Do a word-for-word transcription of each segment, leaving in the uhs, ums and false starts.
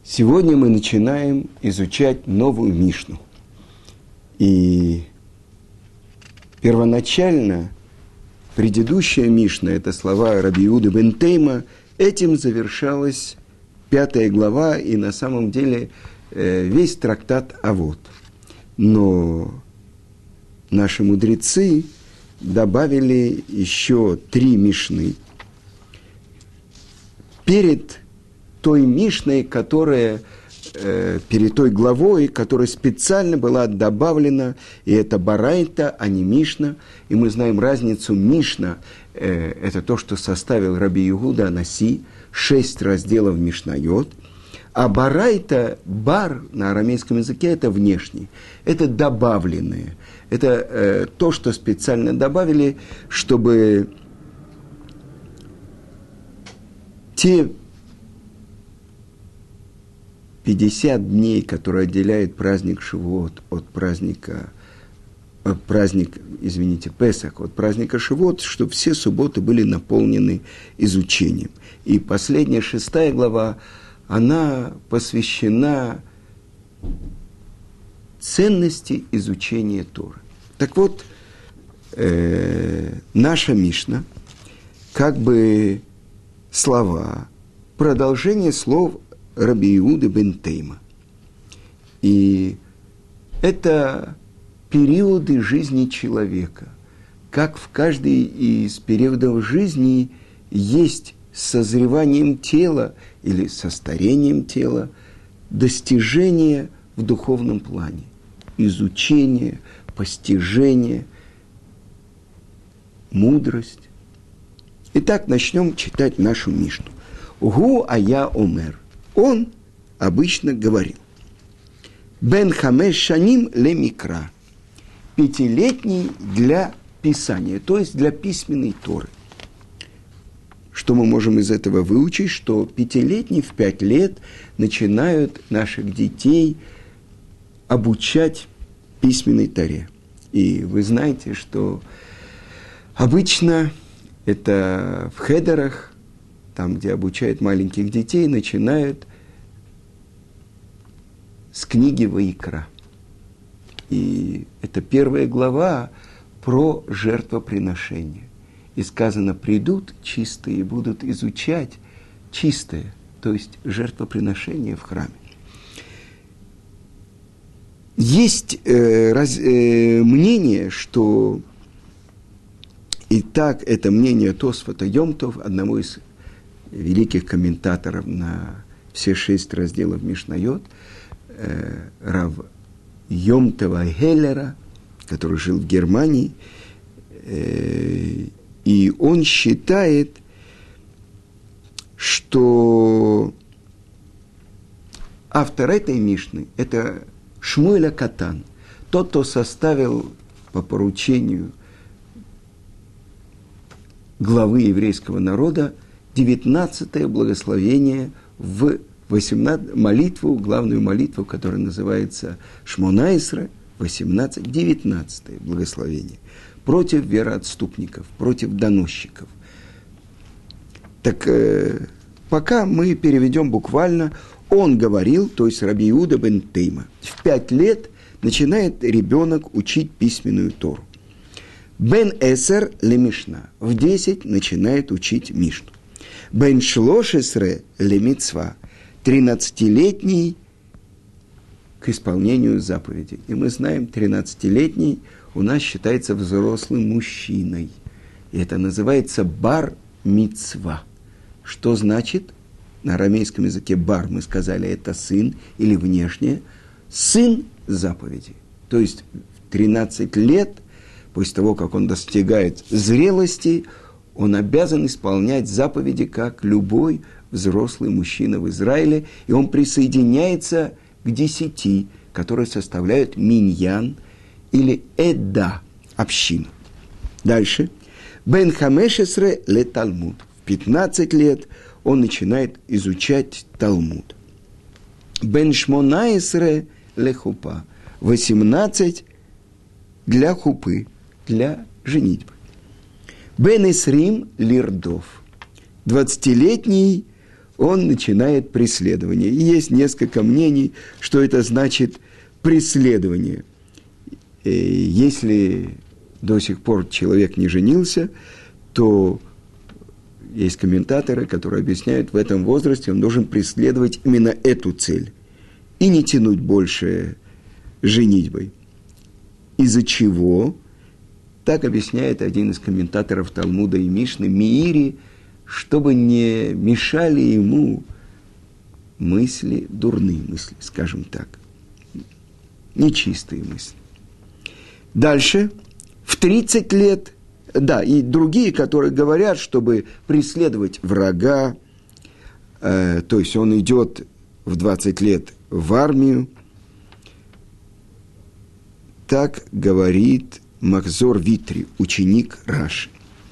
Сегодня мы начинаем изучать новую Мишну. И первоначально предыдущая Мишна, это слова Раби Иуды бен Тейма, этим завершалась пятая глава и на самом деле весь трактат Авот. Но наши мудрецы добавили еще три Мишны перед той Мишной, которая э, перед той главой, которая специально была добавлена, и это Барайта, а не Мишна. И мы знаем разницу. Мишна э, – это то, что составил Раби Иуда Анаси, шесть разделов Мишнайот. А Барайта, бар на арамейском языке – это внешний, это добавленное. Это э, то, что специально добавили, чтобы те пятьдесят дней, которые отделяют праздник Шивот от праздника, от праздник, извините, Песах, от праздника Шивот, чтобы все субботы были наполнены изучением. И последняя, шестая глава, она посвящена ценности изучения Торы. Так вот, э, наша Мишна, как бы слова, продолжение слов Раби Иуды бен Тейма. И это периоды жизни человека. Как в каждый из периодов жизни есть созреванием тела или со старением тела достижение в духовном плане. Изучение, постижение, мудрость. Итак, начнем читать нашу Мишну. Гу ая омер. Он обычно говорил: «Бен хамеш шаним ле микра» – пятилетний для писания, то есть для письменной Торы. Что мы можем из этого выучить? Что пятилетний в пять лет начинают наших детей обучать письменной Торе. И вы знаете, что обычно это в хедерах, там, где обучают маленьких детей, начинают с книги Ваикра. И это первая глава про жертвоприношение. И сказано, придут чистые и будут изучать чистое, то есть жертвоприношение в храме. Есть э, раз, э, мнение, что и так это мнение Тосфота Йом-Тов, одного из великих комментаторов на все шесть разделов Мишнайот, э, Рав Йом-Това Геллера, который жил в Германии, э, и он считает, что автор этой Мишны – это Шмуэль а-Катан, тот, кто составил по поручению главы еврейского народа девятнадцатое благословение в восемнадцать, молитву, главную молитву, которая называется Шмона-Исре, восемнадцать, девятнадцатое благословение, против вероотступников, против доносчиков. Так э, пока мы переведем буквально, он говорил, то есть Раби Иуда бен Тейма, в пять лет начинает ребенок учить письменную Тору. Бен Эсер ле Мишна, в десять начинает учить Мишну. Бен Шлошесре ле Мицва, тринадцатилетний к исполнению заповедей. И мы знаем, тринадцатилетний у нас считается взрослым мужчиной. И это называется бар-мицва. Что значит? На арамейском языке бар, мы сказали, это сын или внешнее. Сын заповеди. То есть в тринадцать лет, после того, как он достигает зрелости, он обязан исполнять заповеди, как любой взрослый мужчина в Израиле, и он присоединяется к десяти, которые составляют миньян или эда, общину. Дальше. Бен хамешесре ле Талмуд. В пятнадцать лет он начинает изучать Талмуд. Бен шмонаесре ле хупа. восемнадцать для хупы, для женитьбы. Бен исрим лирдов. Двадцатилетний он начинает преследование. И есть несколько мнений, что это значит преследование. И если до сих пор человек не женился, то есть комментаторы, которые объясняют, в этом возрасте он должен преследовать именно эту цель и не тянуть больше женитьбой. Из-за чего, так объясняет один из комментаторов Талмуда и Мишны, Меири, чтобы не мешали ему мысли, дурные мысли, скажем так, нечистые мысли. Дальше, в тридцать лет, да, и другие, которые говорят, чтобы преследовать врага, э, то есть он идет в двадцать лет в армию, так говорит Махзор Витри, ученик Раши.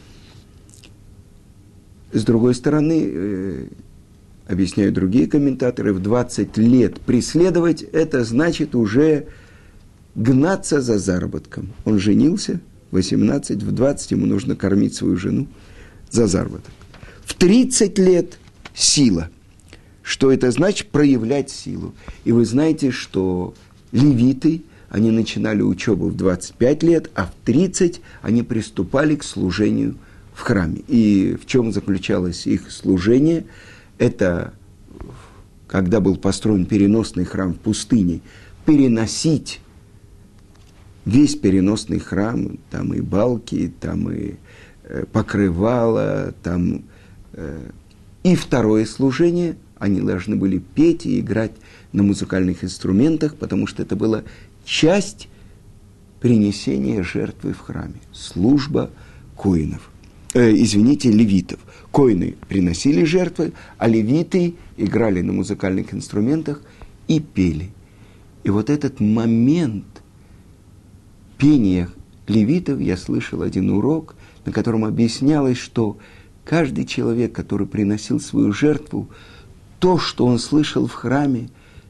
С другой стороны, э, объясняют другие комментаторы, в двадцать лет преследовать, это значит уже гнаться за заработком. Он женился, восемнадцать, в двадцать ему нужно кормить свою жену за заработок. В тридцать лет сила. Что это значит? Проявлять силу. И вы знаете, что левиты, они начинали учебу в двадцать пять лет, а в тридцать они приступали к служению в храме. И в чем заключалось их служение? Это, когда был построен переносный храм в пустыне, переносить весь переносный храм, там и балки, там и э, покрывало, там э, и второе служение, они должны были петь и играть на музыкальных инструментах, потому что это была часть принесения жертвы в храме, служба коинов. Э, извините, левитов. Коины приносили жертвы, а левиты играли на музыкальных инструментах и пели. И вот этот момент пения левитов, я слышал один урок, на котором объяснялось, что каждый человек, который приносил свою жертву, то, что он слышал в храме,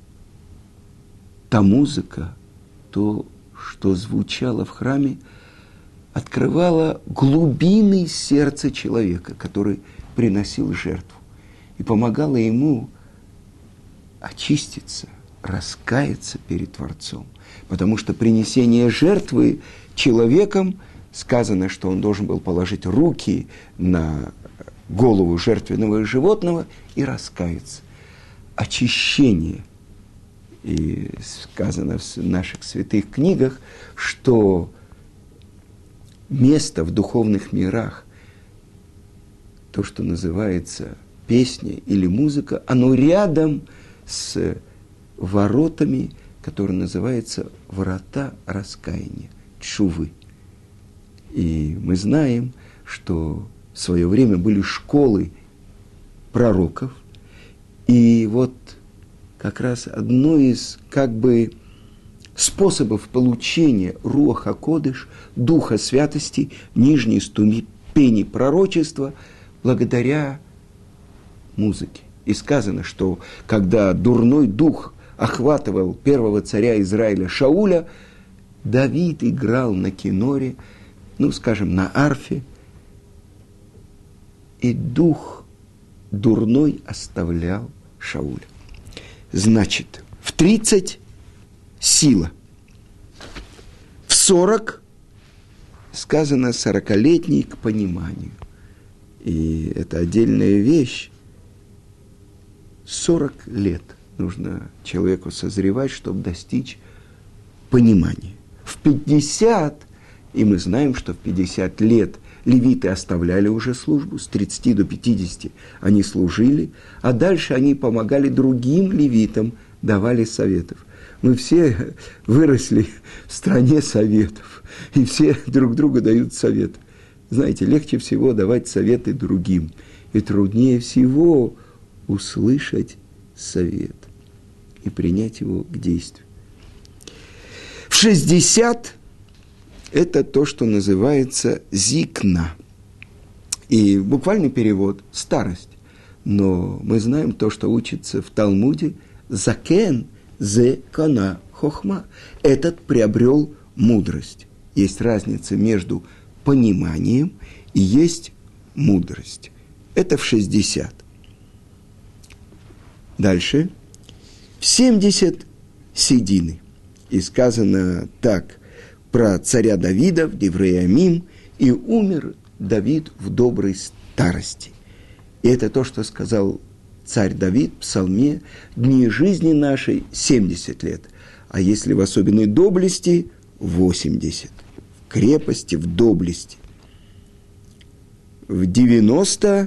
та музыка, то, что звучало в храме, открывала глубины сердца человека, который приносил жертву, и помогала ему очиститься, раскаяться перед Творцом. Потому что принесение жертвы человеком, сказано, что он должен был положить руки на голову жертвенного животного и раскаяться. Очищение. И сказано в наших святых книгах, что место в духовных мирах, то, что называется песня или музыка, оно рядом с воротами, которые называются врата раскаяния, тшувы. И мы знаем, что в свое время были школы пророков, и вот как раз одно из как бы способов получения руах ха-кодеш, духа святости, нижней ступени пророчества, благодаря музыке. И сказано, что когда дурной дух охватывал первого царя Израиля Шауля, Давид играл на киноре, ну, скажем, на арфе, и дух дурной оставлял Шауля. Значит, в тридцать сила, в сорок сказано сорокалетний к пониманию. И это отдельная вещь. сорок лет нужно человеку созревать, чтобы достичь понимания. В пятьдесят, и мы знаем, что в пятьдесят лет левиты оставляли уже службу, с тридцати до пятидесяти они служили, а дальше они помогали другим левитам, давали советов. Мы все выросли в стране советов, и все друг другу дают советы. Знаете, легче всего давать советы другим, и труднее всего услышать совет и принять его к действию. В шестьдесят это то, что называется зикна. И буквальный перевод – старость. Но мы знаем то, что учится в Талмуде – закен зе кана хохма. Этот приобрел мудрость. Есть разница между пониманием и есть мудрость. Это в шестьдесят. Дальше. В семьдесят седины. И сказано так про царя Давида в Деврей Амим: «И умер Давид в доброй старости». И это то, что сказал царь Давид в псалме: «Дни жизни нашей семьдесят лет, а если в особенной доблести – восемьдесят». В крепости, в доблести. В девяносто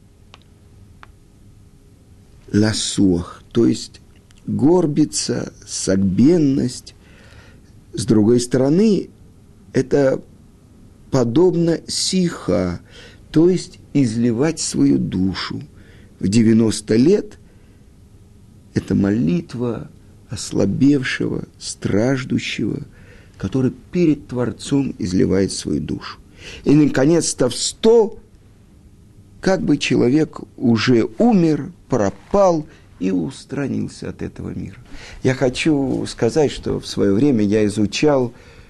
– ласуах, то есть горбиться, согбенность. С другой стороны, это подобно сиха, то есть изливать свою душу. В девяносто лет это молитва ослабевшего, страждущего, который перед Творцом изливает свою душу. И, наконец-то, в сто, как бы человек уже умер, пропал и устранился от этого мира. Я хочу сказать, что в свое время я изучал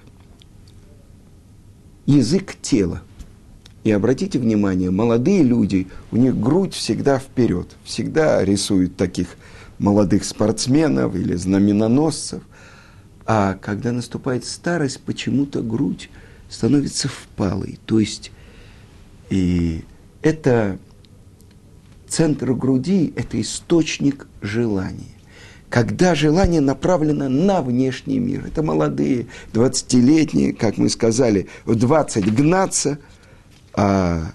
язык тела. И обратите внимание, молодые люди, у них грудь всегда вперед, всегда рисуют таких молодых спортсменов или знаменоносцев. А когда наступает старость, почему-то грудь становится впалой. То есть и это центр груди – это источник желания. Когда желание направлено на внешний мир. Это молодые, двадцатилетние, как мы сказали, в двадцать гнаться, а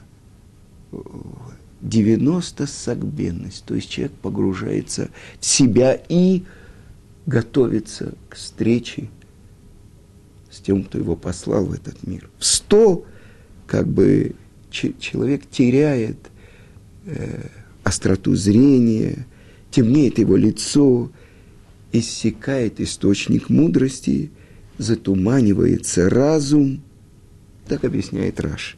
девяносто согбенность. То есть человек погружается в себя и готовится к встрече с тем, кто его послал в этот мир. В сто как бы ч- человек теряет э, остроту зрения, темнеет его лицо, иссякает источник мудрости, затуманивается разум. Так объясняет Раши.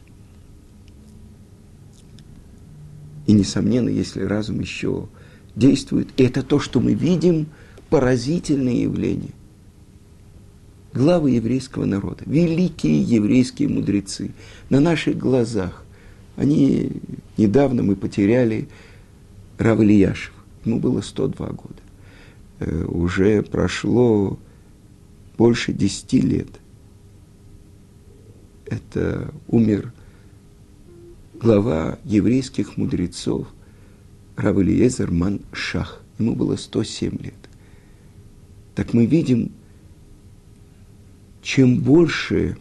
И, несомненно, если разум еще действует, это то, что мы видим, поразительное явление. Главы еврейского народа, великие еврейские мудрецы, на наших глазах. Они, недавно мы потеряли Рав Ильяшев, ему было сто два года. Э, уже прошло больше десяти лет. Это умер глава еврейских мудрецов Рав Элиезер ман Шах. Ему было сто семь лет. Так мы видим, чем больше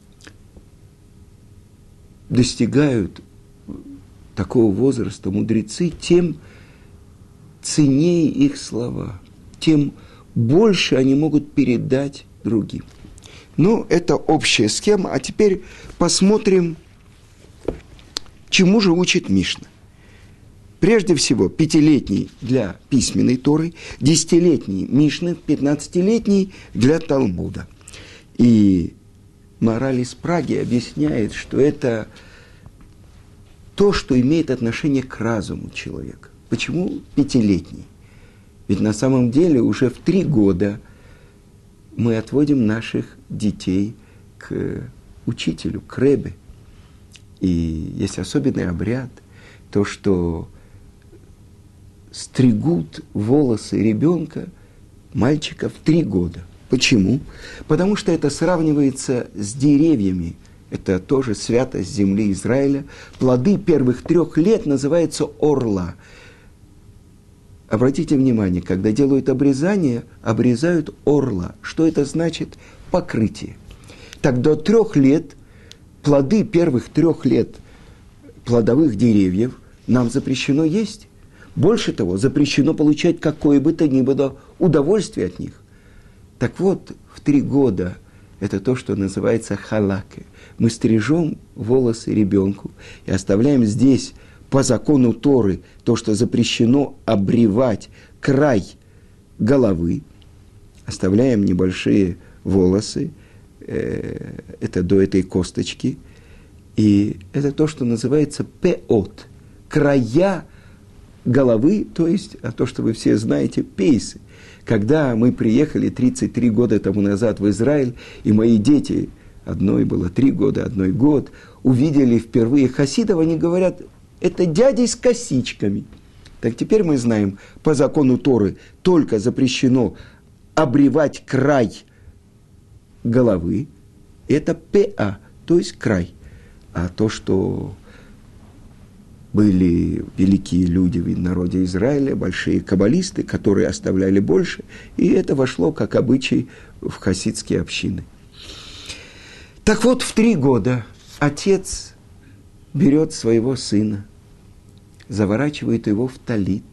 достигают такого возраста мудрецы, тем ценнее их слова, тем больше они могут передать другим. Ну, это общая схема. А теперь посмотрим, чему же учит Мишна. Прежде всего, пятилетний для письменной Торы, десятилетний Мишны, пятнадцатилетний для Талмуда. И Мораль из Праги объясняет, что это то, что имеет отношение к разуму человека. Почему пятилетний? Ведь на самом деле уже в три года мы отводим наших детей к учителю, к ребе. И есть особенный обряд, то, что стригут волосы ребенка, мальчика, в три года. Почему? Потому что это сравнивается с деревьями. Это тоже святость земли Израиля. Плоды первых трех лет называются орла. Обратите внимание, когда делают обрезание, обрезают орла. Что это значит? Покрытие. Так до трех лет плоды первых трех лет плодовых деревьев нам запрещено есть. Больше того, запрещено получать какое бы то ни было удовольствие от них. Так вот, в три года это то, что называется халаке. Мы стрижем волосы ребенку и оставляем здесь по закону Торы то, что запрещено обревать край головы. Оставляем небольшие волосы, э, это до этой косточки. И это то, что называется пеот, края головы, то есть, а то, что вы все знаете, пейсы. Когда мы приехали тридцать три года тому назад в Израиль, и мои дети, одной было три года, одной год, увидели впервые хасидов, они говорят, это дяди с косичками. Так теперь мы знаем, по закону Торы только запрещено обревать край головы. Это ПА, то есть край. А то, что были великие люди в народе Израиля, большие каббалисты, которые оставляли больше, и это вошло как обычай в хасидские общины. Так вот, в три года отец берет своего сына, заворачивает его в талит,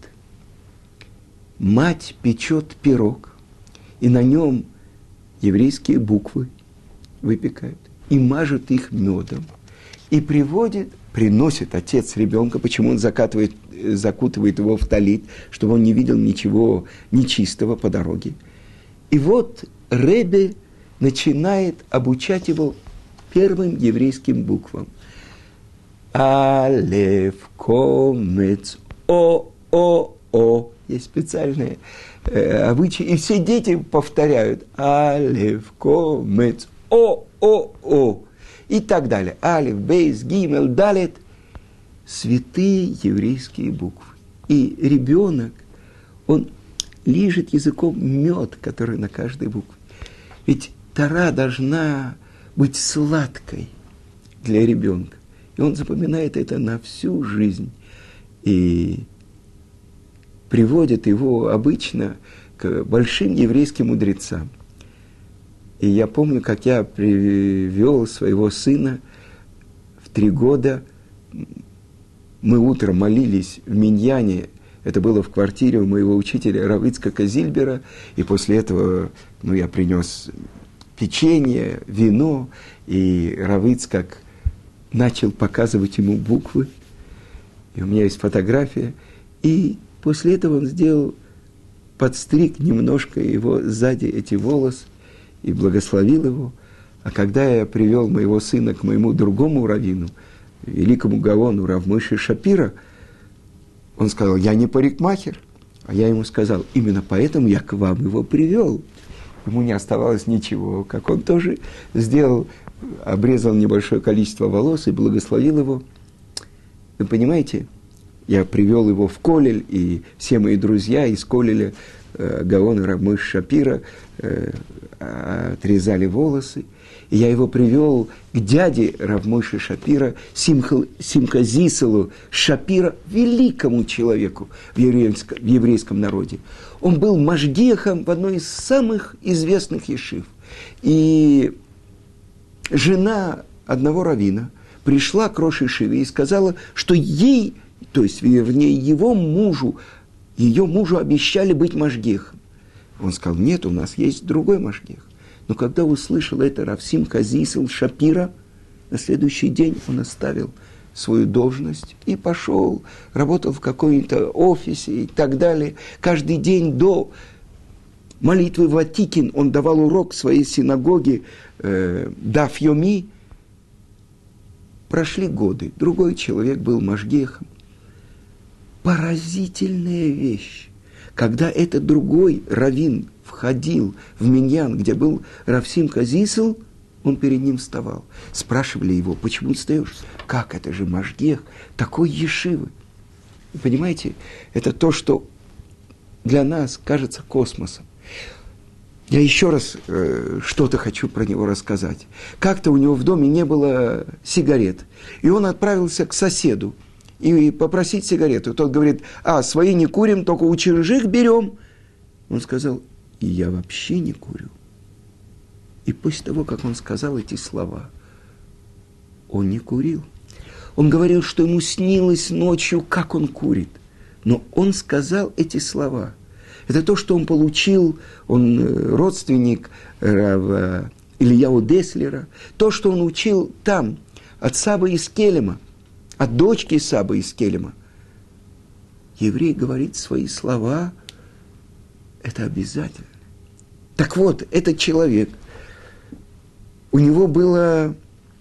мать печет пирог, и на нем еврейские буквы выпекают, и мажет их медом, и приводит, приносит отец ребенка, почему он закатывает, закутывает его в талит, чтобы он не видел ничего нечистого по дороге. И вот Ребе начинает обучать его первым еврейским буквам. Алеф, комец, о, о, о. Есть специальные э, обычаи, и все дети повторяют. Алеф, комец, о, о, о. И так далее. Алеф, бейс, гимел, далет. Святые еврейские буквы. И ребенок, он лижет языком мед, который на каждой букве. Ведь Тора должна быть сладкой для ребенка. И он запоминает это на всю жизнь. И приводит его обычно к большим еврейским мудрецам. И я помню, как я привел своего сына в три года. Мы утром молились в Миньяне. Это было в квартире у моего учителя Рав Ицхака Зильбера. И после этого ну, я принес печенье, вино. И Рав Ицхак начал показывать ему буквы. И у меня есть фотография. И после этого он сделал, подстриг немножко его сзади эти волосы и благословил его. А когда я привел моего сына к моему другому раввину, великому гаону Рав Мойше Шапира, он сказал: я не парикмахер. А я ему сказал: именно поэтому я к вам его привел. Ему не оставалось ничего, как он тоже сделал, обрезал небольшое количество волос и благословил его. Вы понимаете, я привел его в Колель, и все мои друзья из Колеля, э, гаона Рав Мойше Шапира, э, отрезали волосы. И я его привел к дяде Рав Мойше Шапира, Симха, Симха Зиселу Шапира, великому человеку в еврейском, в еврейском народе. Он был машгехом в одной из самых известных ешив. И жена одного раввина пришла к рош ешиве и сказала, что ей, то есть, вернее, его мужу, ее мужу обещали быть машгехом. Он сказал: нет, у нас есть другой машгех. Но когда услышал это Рав Симха Зисел Шапира, на следующий день он оставил свою должность и пошел, работал в каком-то офисе и так далее. Каждый день до молитвы Ватикин он давал урок в своей синагоге э, Даф Йоми. Прошли годы, другой человек был машгехом. Поразительная вещь. Когда этот другой раввин входил в миньян, где был Рав Симха Зисел, он перед ним вставал. Спрашивали его: почему ты встаешь? Как, это же машгех, такой ешивы. Вы понимаете, это то, что для нас кажется космосом. Я еще раз э, что-то хочу про него рассказать. Как-то у него в доме не было сигарет, и он отправился к соседу и попросить сигарету. Тот говорит: а, свои не курим, только у чужих берем. Он сказал: и я вообще не курю. И после того, как он сказал эти слова, он не курил. Он говорил, что ему снилось ночью, как он курит. Но он сказал эти слова. Это то, что он получил, он родственник Рава Ильяу Деслера, то, что он учил там, от Саба из Келема, от дочки Саба из Келема. Еврей говорит свои слова, это обязательно. Так вот, этот человек, у него было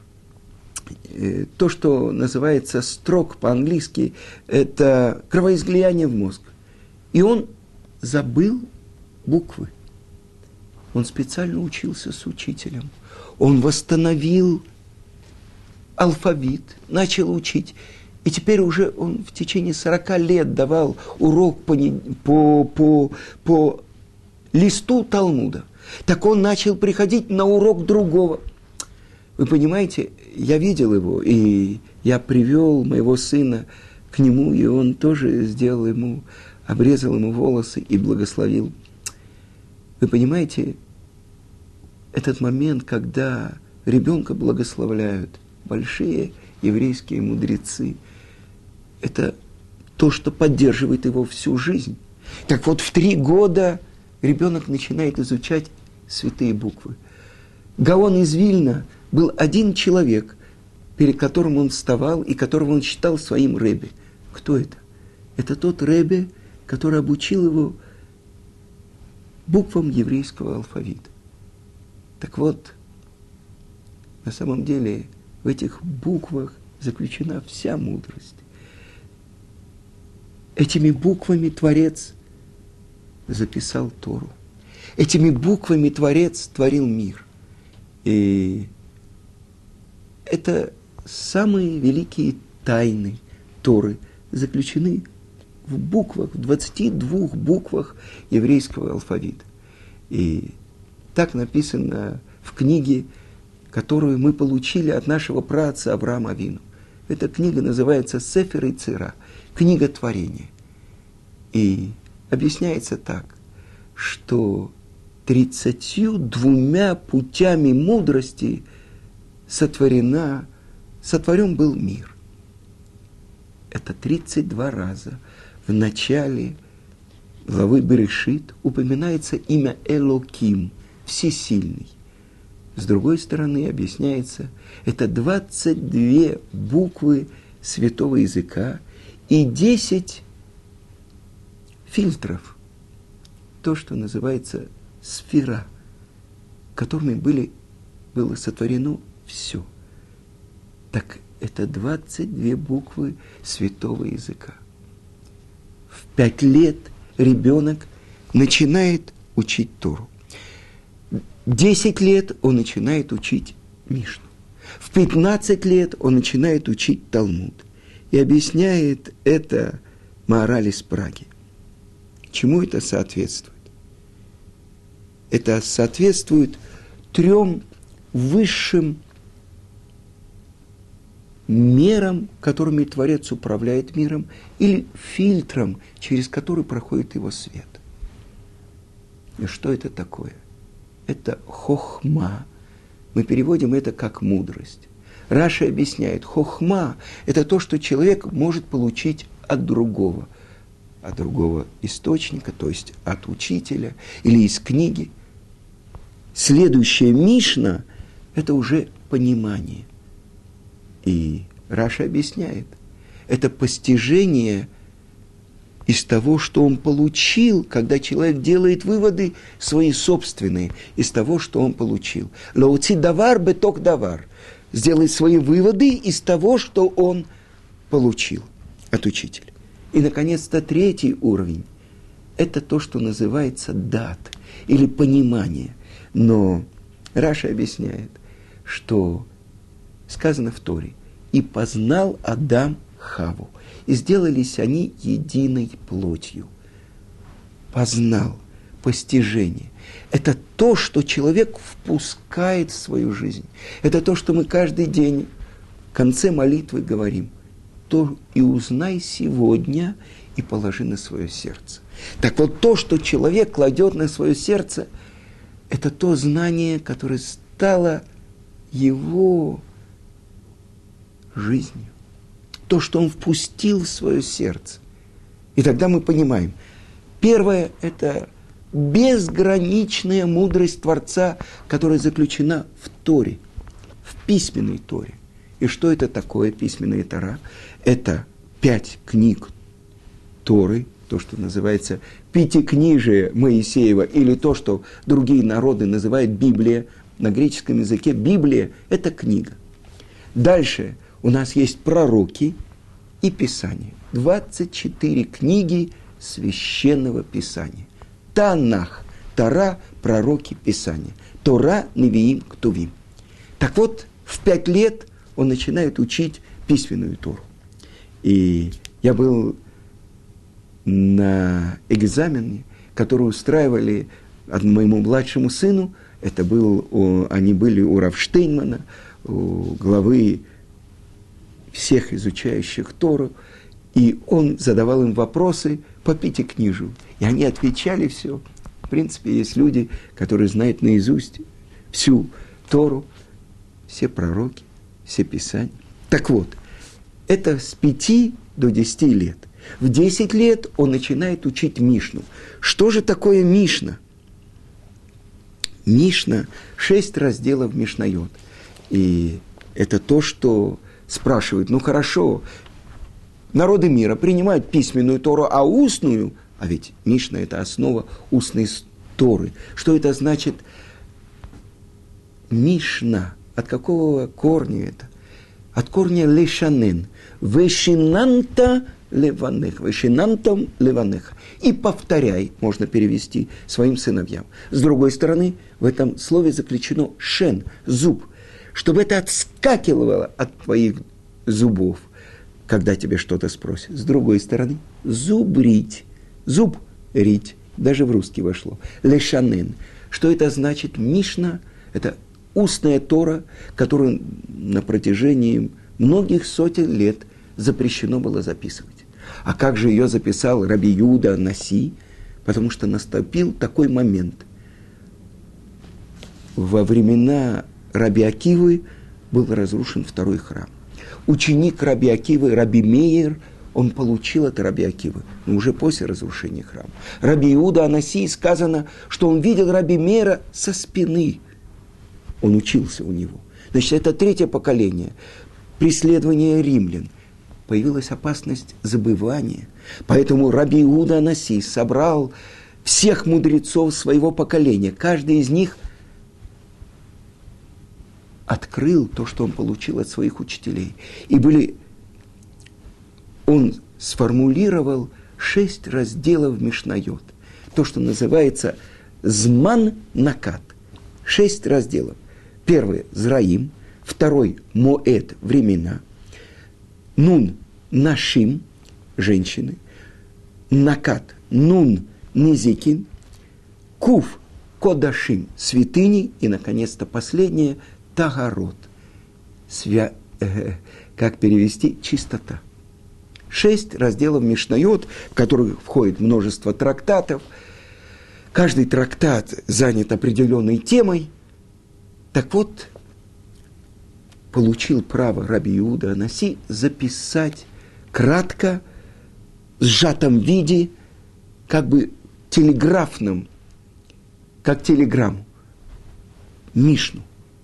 э, то, что называется строк по-английски, это кровоизлияние в мозг. И он забыл буквы. Он специально учился с учителем. Он восстановил алфавит, начал учить. И теперь уже он в течение сорока лет давал урок по, по, по, по листу Талмуда. Так он начал приходить на урок другого. Вы понимаете, я видел его, и я привел моего сына к нему, и он тоже сделал ему, обрезал ему волосы и благословил. Вы понимаете, этот момент, когда ребенка благословляют большие еврейские мудрецы, это то, что поддерживает его всю жизнь. Так вот, в три года ребенок начинает изучать святые буквы. Гаон из Вильна был один человек, перед которым он вставал и которого он считал своим ребе. Кто это? Это тот ребе, который обучил его буквам еврейского алфавита. Так вот, на самом деле, в этих буквах заключена вся мудрость. Этими буквами Творец записал Тору. Этими буквами Творец творил мир. И это самые великие тайны Торы заключены в буквах, в двадцати двух буквах еврейского алфавита. И так написано в книге, которую мы получили от нашего праотца Авраама Авину. Эта книга называется «Сефер Йецира», книга творения. И объясняется так, что тридцатью двумя путями мудрости сотворена, сотворен был мир. Это тридцать два раза в начале главы Берешит упоминается имя Элоким, всесильный. С другой стороны, объясняется, это двадцать две буквы святого языка и десять фильтров. То, что называется сфера, которыми были, было сотворено все. Так это двадцать две буквы святого языка. В пять лет ребенок начинает учить Тору. Десять лет он начинает учить Мишну. В пятнадцать лет он начинает учить Талмуд. И объясняет это Маораль из Праги. Чему это соответствует? Это соответствует трем высшим мерам, которыми Творец управляет миром, или фильтром, через который проходит его свет. И что это такое? Это хохма. Мы переводим это как мудрость. Раши объясняет, хохма – это то, что человек может получить от другого, от другого источника, то есть от учителя или из книги. Следующая Мишна – это уже понимание. И Раши объясняет, это постижение из того, что он получил, когда человек делает выводы свои собственные, из того, что он получил. Лоуци давар беток давар. Сделать свои выводы из того, что он получил от учителя. И, наконец-то, третий уровень – это то, что называется дат, или понимание. Но Раши объясняет, что сказано в Торе, «И познал Адам Хаву, и сделались они единой плотью». Познал, постижение. Это то, что человек впускает в свою жизнь. Это то, что мы каждый день в конце молитвы говорим. То и узнай сегодня, и положи на свое сердце. Так вот, то, что человек кладет на свое сердце, это то знание, которое стало его жизнью. То, что он впустил в свое сердце. И тогда мы понимаем. Первое – это безграничная мудрость Творца, которая заключена в Торе, в письменной Торе. И что это такое письменная Тора? Это пять книг Торы, то, что называется пятикнижие Моисеева, или то, что другие народы называют Библия. На греческом языке Библия – это книга. Дальше у нас есть пророки и Писание. двадцать четыре книги священного Писания. Танах, Тора, пророки, Писания. Тора, Невиим, Ктувим. Так вот, в пять лет он начинает учить письменную Тору. И я был на экзамене, который устраивали моему младшему сыну. Это был, у, они были у Рав Штейнмана, у главы всех изучающих Тору. И он задавал им вопросы по пятикнижию. И они отвечали все. В принципе, есть люди, которые знают наизусть всю Тору, все пророки, все писания. Так вот, это с пяти до десяти лет. В десять лет он начинает учить Мишну. Что же такое Мишна? Мишна – шесть разделов Мишнайот. И это то, что спрашивают, ну хорошо, народы мира принимают письменную Тору, а устную, а ведь Мишна – это основа устной Торы. Что это значит? Мишна. От какого корня это? От корня лешанен. Вешинанта леванех. Вешинантом леванех. И повторяй, можно перевести своим сыновьям. С другой стороны, в этом слове заключено шен, зуб. Чтобы это отскакивало от твоих зубов, когда тебе что-то спросят. С другой стороны, зубрить. Зуб рить. Даже в русский вошло. Лешанен. Что это значит? Мишна – это устная Тора, которую на протяжении многих сотен лет запрещено было записывать. А как же ее записал Раби Юда Наси? Потому что наступил такой момент. Во времена Раби Акивы был разрушен второй храм. Ученик Раби Акивы, Раби Меир, он получил от Раби Акивы, но уже после разрушения храма. Раби Иуда Анаси сказано, что он видел Раби Меира со спины. Он учился у него. Значит, это третье поколение. Преследование римлян. Появилась опасность забывания. Поэтому Раби Иуда Анаси собрал всех мудрецов своего поколения. Каждый из них открыл то, что он получил от своих учителей. И были... Он сформулировал шесть разделов Мишнайот. То, что называется «зман накат». Шесть разделов. Первый – Зраим. Второй – Моэд – времена. Нун – Нашим – женщины. Накат – Нун – Низикин. Кув – Кодашим – святыни. И, наконец-то, последнее – Тагарот. Свя... Э, как перевести? Чистота. Шесть разделов Мишнайот, в которых входит множество трактатов. Каждый трактат занят определенной темой. Так вот, получил право Раби Иуда Анаси записать кратко, в сжатом виде, как бы телеграфном, как телеграмму, Мишну.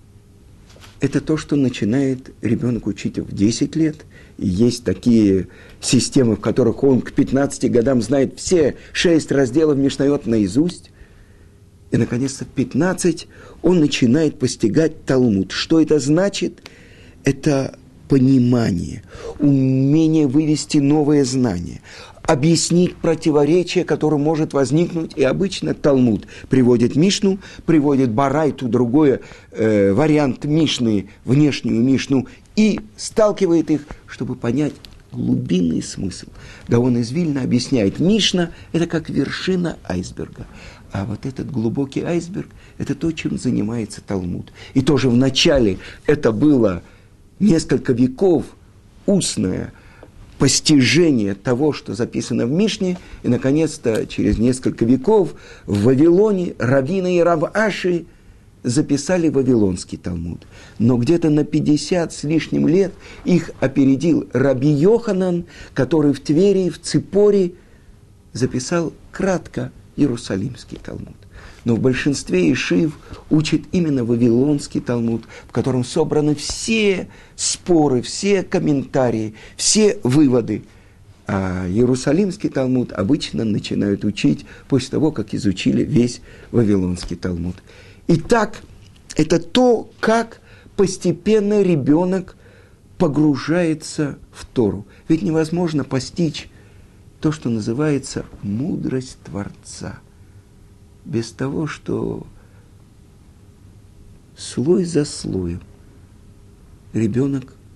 Это то, что начинает ребенок учить в десять лет. И есть такие системы, в которых он к пятнадцати годам знает все шесть разделов Мишнайот наизусть. И, наконец-то, в пятнадцать он начинает постигать Талмуд. Что это значит? Это понимание, умение вывести новое знание, объяснить противоречие, которое может возникнуть. И обычно Талмуд приводит Мишну, приводит Барайту, другой э, вариант Мишны, внешнюю Мишну, и сталкивает их, чтобы понять глубинный смысл. Гаон из Вильна объясняет, Мишна – это как вершина айсберга. А вот этот глубокий айсберг – это то, чем занимается Талмуд. И тоже вначале это было несколько веков устное постижение того, что записано в Мишне, и, наконец-то, через несколько веков в Вавилоне раввины и рав Аши записали Вавилонский Талмуд. Но где-то на пятьдесят с лишним лет их опередил Раби Йоханан, который в Твери, в Ципоре записал кратко Иерусалимский Талмуд. Но в большинстве ешив учат именно Вавилонский Талмуд, в котором собраны все споры, все комментарии, все выводы. А Иерусалимский Талмуд обычно начинают учить после того, как изучили весь Вавилонский Талмуд. Итак, это то, как постепенно ребенок погружается в Тору. Ведь невозможно постичь то, что называется мудрость Творца, без того, что слой за слоем ребенок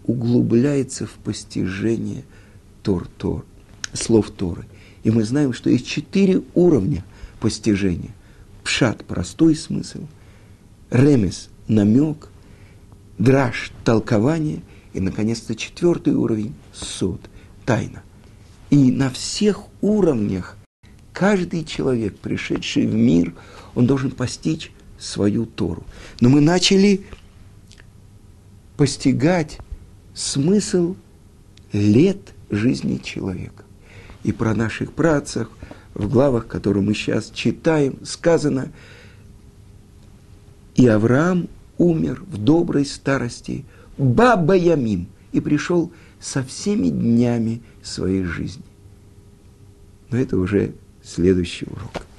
углубляется в постижение Тор, Тор, слов Торы. И мы знаем, что есть четыре уровня постижения. Пшат – простой смысл, ремес – намек, драш – толкование, и, наконец-то, четвертый уровень – сод, тайна. И на всех уровнях каждый человек, пришедший в мир, он должен постичь свою Тору. Но мы начали постигать смысл лет жизни человека. И про наших працах в главах, которые мы сейчас читаем, сказано: «И Авраам умер в доброй старости, баба ямим, и пришел со всеми днями своей жизни». Но это уже следующий урок.